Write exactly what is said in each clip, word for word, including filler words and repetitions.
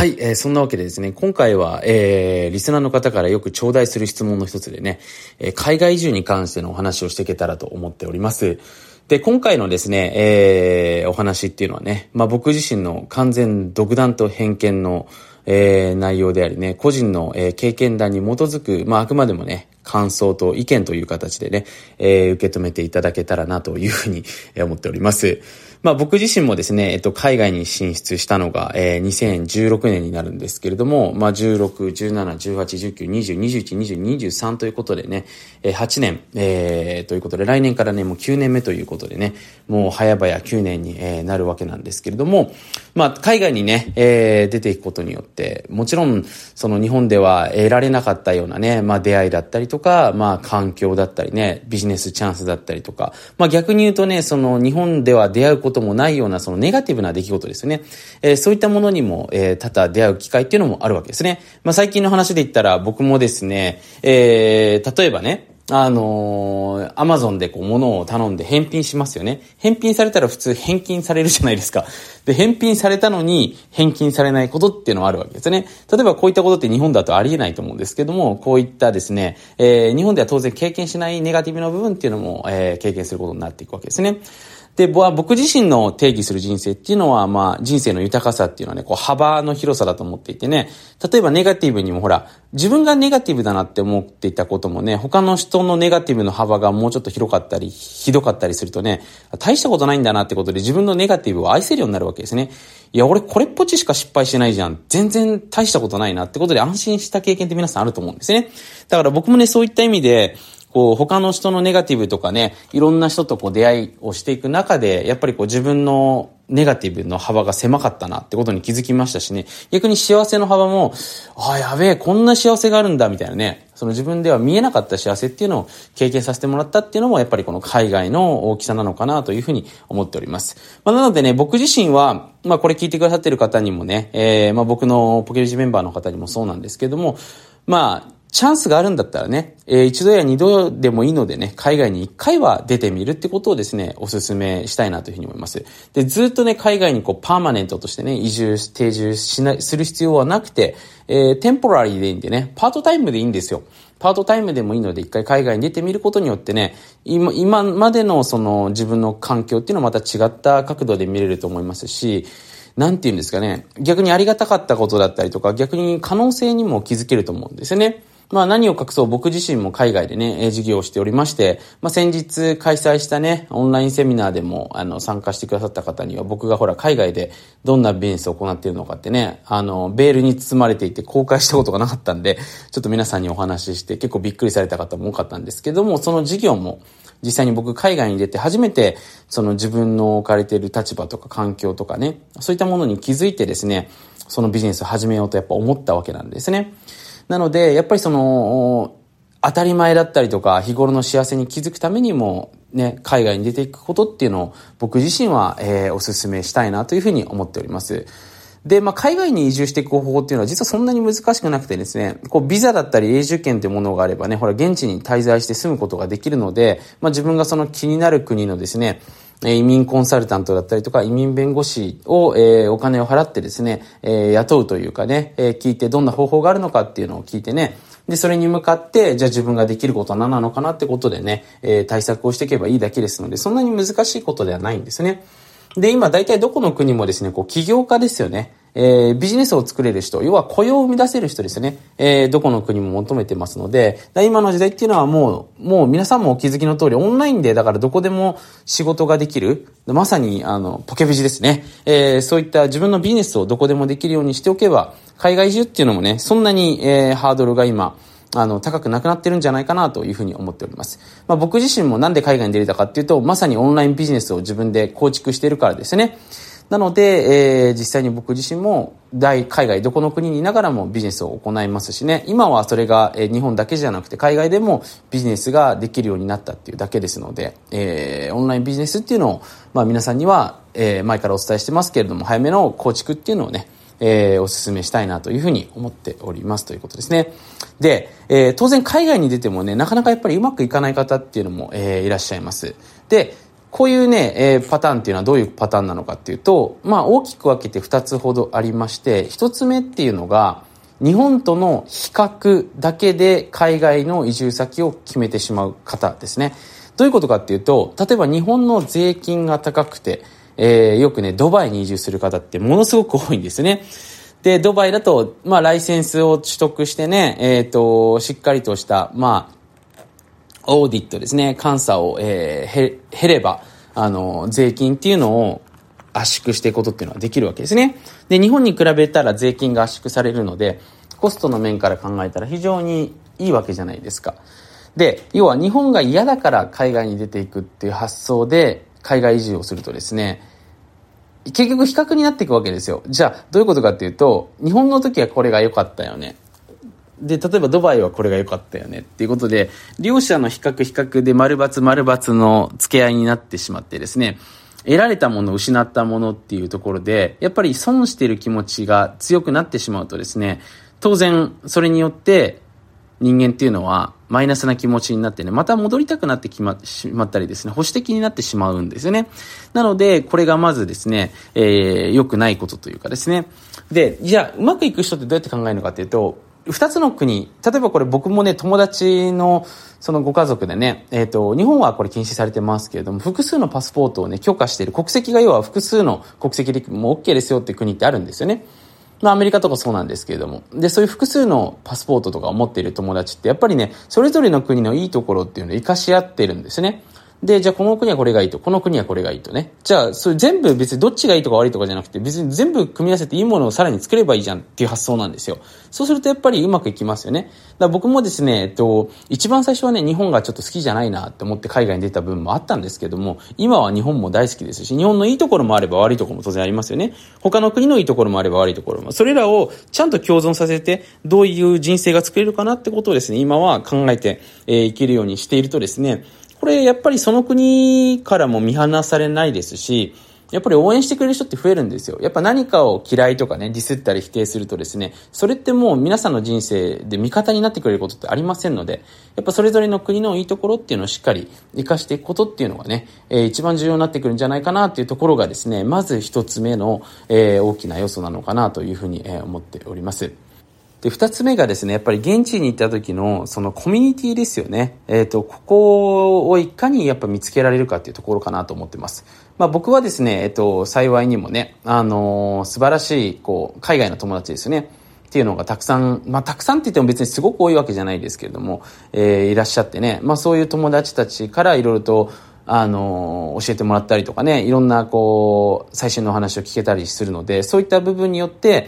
はい、えー、そんなわけでですね、今回は、えー、リスナーの方からよく頂戴する質問の一つでね、えー、海外移住に関してのお話をしていけたらと思っております。で、今回のですね、えー、お話っていうのはね、まあ僕自身の完全独断と偏見の、えー、内容でありね、個人の、えー、経験談に基づく、まああくまでもね、感想と意見という形でね、えー、受け止めていただけたらなというふうに思っております。まあ僕自身もですね、えっと、海外に進出したのが、えー、にせんじゅうろくねんになるんですけれども、まあじゅうろく、じゅうなな、じゅうはち、じゅうきゅう、にじゅう、にじゅういち、にじゅうに、にじゅうさんということでね、えー、はちねん、えー、ということで来年からね、もうきゅうねんめということでね、もう早々きゅうねんに、えー、なるわけなんですけれども、まあ海外にね、えー、出ていくことによって、もちろんその日本では得られなかったようなね、まあ出会いだったりとか、まあ環境だったりね、ビジネスチャンスだったりとか、まあ逆に言うとね、その日本では出会うこともないようなそのネガティブな出来事ですよね。えー、そういったものにも、えー、多々出会う機会っていうのもあるわけですね。まあ最近の話で言ったら僕もですね、えー、例えばね、あのー、アマゾンでこう物を頼んで返品しますよね。返品されたら普通返金されるじゃないですか。で、返品されたのに返金されないことっていうのはあるわけですね。例えばこういったことって日本だとありえないと思うんですけども、こういったですね、えー、日本では当然経験しないネガティブな部分っていうのも、えー、経験することになっていくわけですね。で、僕自身の定義する人生っていうのは、まあ、人生の豊かさっていうのはね、こう、幅の広さだと思っていてね、例えばネガティブにもほら、自分がネガティブだなって思っていたこともね、他の人のネガティブの幅がもうちょっと広かったり、ひどかったりするとね、大したことないんだなってことで自分のネガティブを愛せるようになるわけですね。いや、俺これっぽっちしか失敗してないじゃん。全然大したことないなってことで安心した経験って皆さんあると思うんですね。だから僕もね、そういった意味で、こう他の人のネガティブとかね、いろんな人とこう出会いをしていく中で、やっぱりこう自分のネガティブの幅が狭かったなってことに気づきましたしね、逆に幸せの幅も、ああやべえ、こんな幸せがあるんだみたいなね、その自分では見えなかった幸せっていうのを経験させてもらったっていうのもやっぱりこの海外の大きさなのかなというふうに思っております。まあ、なのでね、僕自身は、まあこれ聞いてくださってる方にもね、えー、まあ僕のポケビジメンバーの方にもそうなんですけども、まあ、チャンスがあるんだったらね、えー、一度や二度でもいいのでね、海外に一回は出てみるってことをですね、お勧めしたいなというふうに思います。で、ずっとね、海外にこう、パーマネントとしてね、移住、定住しない、する必要はなくて、えー、テンポラリーでいいんでね、パートタイムでいいんですよ。パートタイムでもいいので、一回海外に出てみることによってね、今、今までのその自分の環境っていうのはまた違った角度で見れると思いますし、なんて言うんですかね、逆にありがたかったことだったりとか、逆に可能性にも気づけると思うんですよね。まあ何を隠そう僕自身も海外でね、授業をしておりまして、まあ先日開催したね、オンラインセミナーでもあの参加してくださった方には僕がほら海外でどんなビジネスを行っているのかってね、あの、ベールに包まれていて公開したことがなかったんで、ちょっと皆さんにお話しして結構びっくりされた方も多かったんですけども、その授業も実際に僕海外に出て初めてその自分の置かれている立場とか環境とかね、そういったものに気づいてですね、そのビジネスを始めようとやっぱ思ったわけなんですね。なので、やっぱりその、当たり前だったりとか、日頃の幸せに気づくためにも、ね、海外に出ていくことっていうのを、僕自身は、えー、お勧めしたいなというふうに思っております。で、まあ、海外に移住していく方法っていうのは実はそんなに難しくなくてですね、こう、ビザだったり永住権というものがあればね、ほら、現地に滞在して住むことができるので、まあ、自分がその気になる国のですね、移民コンサルタントだったりとか移民弁護士を、えー、お金を払ってですね、えー、雇うというかね、えー、聞いてどんな方法があるのかっていうのを聞いてね、で、それに向かって、じゃあ自分ができることは何なのかなってことでね、えー、対策をしていけばいいだけですので、そんなに難しいことではないんですね。で、今大体どこの国もですね、こう、起業家ですよね。えー、ビジネスを作れる人、要は雇用を生み出せる人ですよね。えー、どこの国も求めてますので、今の時代っていうのはもう、もう皆さんもお気づきの通り、オンラインで、だからどこでも仕事ができる。まさに、あの、ポケビジですね。えー、そういった自分のビジネスをどこでもできるようにしておけば、海外移住っていうのもね、そんなに、えー、ハードルが今、あの、高くなくなってるんじゃないかなというふうに思っております。まあ僕自身もなんで海外に出れたかっていうと、まさにオンラインビジネスを自分で構築しているからですね。なので、えー、実際に僕自身も大海外どこの国にいながらもビジネスを行いますしね、今はそれが、えー、日本だけじゃなくて海外でもビジネスができるようになったっていうだけですので、えー、オンラインビジネスっていうのを、まあ皆さんには、えー、前からお伝えしてますけれども、早めの構築っていうのをね、えー、お勧めしたいなというふうに思っておりますということですね。で、えー、当然海外に出てもね、なかなかやっぱりうまくいかない方っていうのも、えー、いらっしゃいます。で、 こういうね、えー、パターンっていうのはどういうパターンなのかっていうと、まあ大きく分けてふたつほどありまして、ひとつめっていうのが、日本との比較だけで海外の移住先を決めてしまう方ですね。どういうことかっていうと、例えば日本の税金が高くて、えー、よくね、ドバイに移住する方ってものすごく多いんですね。で、ドバイだと、まあ、ライセンスを取得してね、えっと、しっかりとした、まあ、オーディットですね、監査を、えー、へ、減れば、あの、税金っていうのを圧縮していくことっていうのはできるわけですね。で、日本に比べたら税金が圧縮されるので、コストの面から考えたら非常にいいわけじゃないですか。で、要は日本が嫌だから海外に出ていくっていう発想で海外移住をするとですね、結局比較になっていくわけですよ。じゃあどういうことかっていうと、日本の時はこれが良かったよね。で、例えばドバイはこれが良かったよねっていうことで、両者の比較比較で丸×丸×の付け合いになってしまってですね、得られたもの、失ったものっていうところで、やっぱり損している気持ちが強くなってしまうとですね、当然それによって人間っていうのはマイナスな気持ちになってね、また戻りたくなってきま、しまったりですね、保守的になってしまうんですよね。なので、これがまずですね、えー、良くないことというかですね。で、じゃあ、うまくいく人ってどうやって考えるのかっていうと、二つの国、例えばこれ僕もね、友達のそのご家族でね、えっと、日本はこれ禁止されてますけれども、複数のパスポートをね、許可している、国籍が要は複数の国籍でも OK ですよっていう国ってあるんですよね。まあアメリカとかそうなんですけれども。で、そういう複数のパスポートとかを持っている友達ってやっぱりね、それぞれの国のいいところっていうのを活かし合ってるんですね。で、じゃあこの国はこれがいいと、この国はこれがいいとね。じゃあ、それ全部別にどっちがいいとか悪いとかじゃなくて、別に全部組み合わせていいものをさらに作ればいいじゃんっていう発想なんですよ。そうするとやっぱりうまくいきますよね。だから僕もですね、えっと、一番最初はね、日本がちょっと好きじゃないなって思って海外に出た部分もあったんですけども、今は日本も大好きですし、日本のいいところもあれば悪いところも当然ありますよね。他の国のいいところもあれば悪いところも。それらをちゃんと共存させて、どういう人生が作れるかなってことをですね、今は考えて、えー、生きるようにしているとですね、これやっぱりその国からも見放されないですし、やっぱり応援してくれる人って増えるんですよ。やっぱ何かを嫌いとかね、ディスったり否定するとですね、それってもう皆さんの人生で味方になってくれることってありませんので、やっぱそれぞれの国のいいところっていうのをしっかり活かしていくことっていうのがね、えー、一番重要になってくるんじゃないかなっていうところがですね、まず一つ目の、えー、大きな要素なのかなというふうに、えー、思っております。で、二つ目がですね、やっぱり現地に行った時のそのコミュニティですよね。えっと、ここをいかにやっぱ見つけられるかっていうところかなと思ってます。まあ僕はですね、えっと、幸いにもね、あのー、素晴らしい、こう、海外の友達ですよね。っていうのがたくさん、まあたくさんって言っても別にすごく多いわけじゃないですけれども、えー、いらっしゃってね、まあそういう友達たちからいろいろと、あのー、教えてもらったりとかね、いろんなこう、最新のお話を聞けたりするので、そういった部分によって、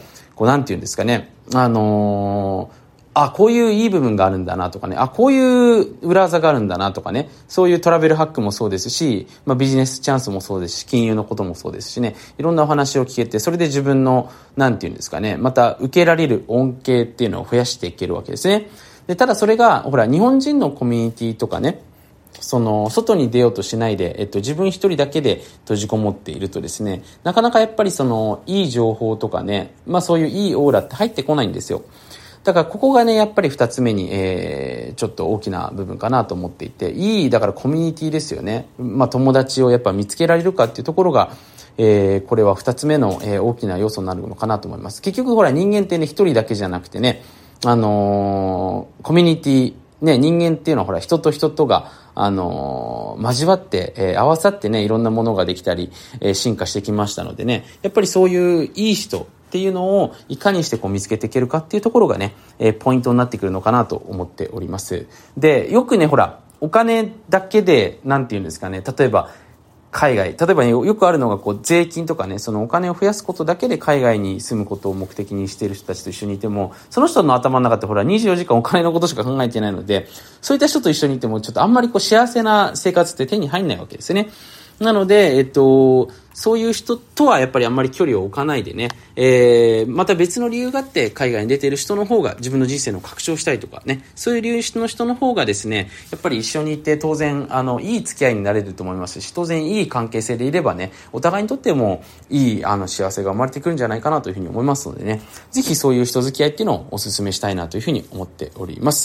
こうなんていうんですかね、あのー、あ、こういういい部分があるんだなとかね、あ、こういう裏技があるんだなとかね、そういうトラベルハックもそうですし、まあビジネスチャンスもそうですし、金融のこともそうですしね、いろんなお話を聞けて、それで自分の、なんていうんですかね、また受けられる恩恵っていうのを増やしていけるわけですね。で、ただそれが、ほら、日本人のコミュニティとかね、その外に出ようとしないで、えっと、自分一人だけで閉じこもっているとですね、なかなかやっぱりそのいい情報とかね、まあそういういいオーラって入ってこないんですよ。だからここがね、やっぱり二つ目に、えー、ちょっと大きな部分かなと思っていて、いい、だからコミュニティですよね。まあ友達をやっぱ見つけられるかっていうところが、えー、これは二つ目の、えー、大きな要素になるのかなと思います。結局ほら人間ってね、一人だけじゃなくてね、あのー、コミュニティ、ね、人間っていうのはほら人と人とが、あのー、交わって、えー、合わさってね、いろんなものができたり、えー、進化してきましたのでね、やっぱりそういういい人っていうのをいかにしてこう見つけていけるかっていうところがね、えー、ポイントになってくるのかなと思っております。で、よくね、ほら、お金だけで、なんていうんですかね、例えば、海外、例えば、ね、よくあるのがこう税金とかね、そのお金を増やすことだけで海外に住むことを目的にしている人たちと一緒にいても、その人の頭の中ってほらにじゅうよじかんお金のことしか考えていないので、そういった人と一緒にいてもちょっとあんまりこう幸せな生活って手に入んないわけですね。なので、えっと、そういう人とはやっぱりあんまり距離を置かないでね、えー、また別の理由があって海外に出ている人の方が自分の人生の拡張したいとかね、そういう理由の人の方がですね、やっぱり一緒にいて当然、あの、いい付き合いになれると思いますし、当然いい関係性でいればね、お互いにとってもいい、あの、幸せが生まれてくるんじゃないかなというふうに思いますのでね、ぜひそういう人付き合いっていうのをお勧めしたいなというふうに思っております。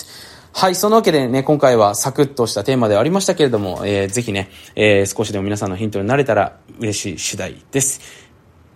はい、そのわけでね、今回はサクッとしたテーマではありましたけれども、えー、ぜひね、えー、少しでも皆さんのヒントになれたら嬉しい次第です。